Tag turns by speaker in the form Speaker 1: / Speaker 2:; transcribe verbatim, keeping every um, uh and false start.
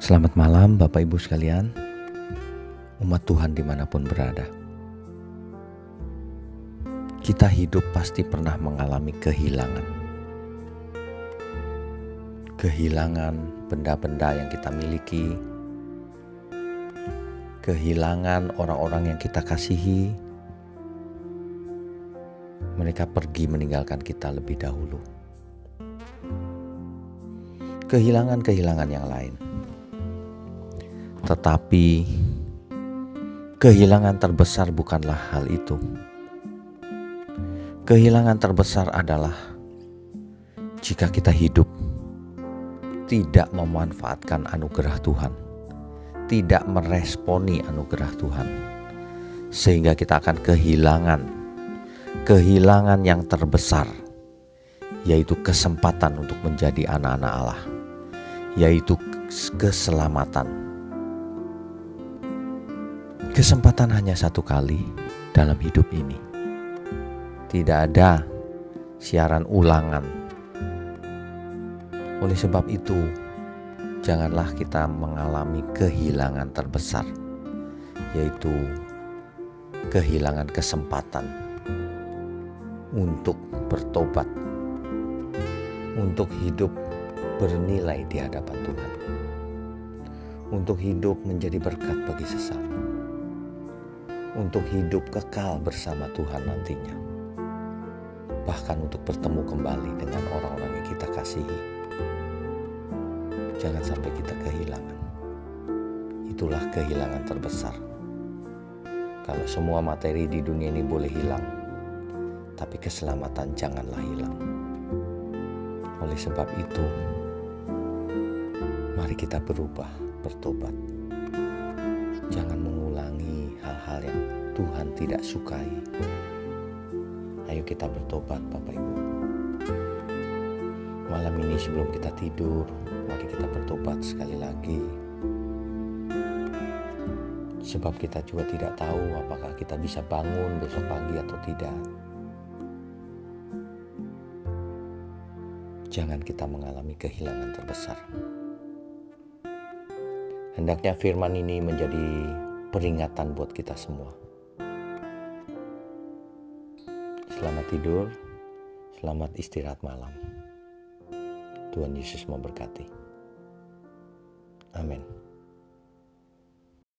Speaker 1: Selamat malam Bapak Ibu sekalian, umat Tuhan dimanapun berada. Kita hidup pasti pernah mengalami kehilangan. Kehilangan benda-benda yang kita miliki, kehilangan orang-orang yang kita kasihi. Mereka pergi meninggalkan kita lebih dahulu. Kehilangan-kehilangan yang lain. Tetapi kehilangan terbesar bukanlah hal itu. Kehilangan terbesar adalah jika kita hidup tidak memanfaatkan anugerah Tuhan, tidak meresponi anugerah Tuhan, sehingga kita akan kehilangan kehilangan yang terbesar, yaitu kesempatan untuk menjadi anak-anak Allah, yaitu keselamatan. Kesempatan hanya satu kali dalam hidup ini. Tidak ada siaran ulangan. Oleh sebab itu, janganlah kita mengalami kehilangan terbesar, yaitu kehilangan kesempatan untuk bertobat, untuk hidup bernilai di hadapan Tuhan, untuk hidup menjadi berkat bagi sesama, untuk hidup kekal bersama Tuhan nantinya, bahkan untuk bertemu kembali dengan orang-orang yang kita kasihi. Jangan sampai kita kehilangan. Itulah kehilangan terbesar. Kalau semua materi di dunia ini boleh hilang, tapi keselamatan janganlah hilang. Oleh sebab itu, mari kita berubah, bertobat. Jangan mengulangi hal-hal yang Tuhan tidak sukai. Ayo kita bertobat Bapak Ibu. Malam ini sebelum kita tidur, mari kita bertobat sekali lagi. Sebab kita juga tidak tahu apakah kita bisa bangun besok pagi atau tidak. Jangan kita mengalami kehilangan terbesar. Hendaknya firman ini menjadi peringatan buat kita semua. Selamat tidur, selamat istirahat malam. Tuhan Yesus memberkati. Amin.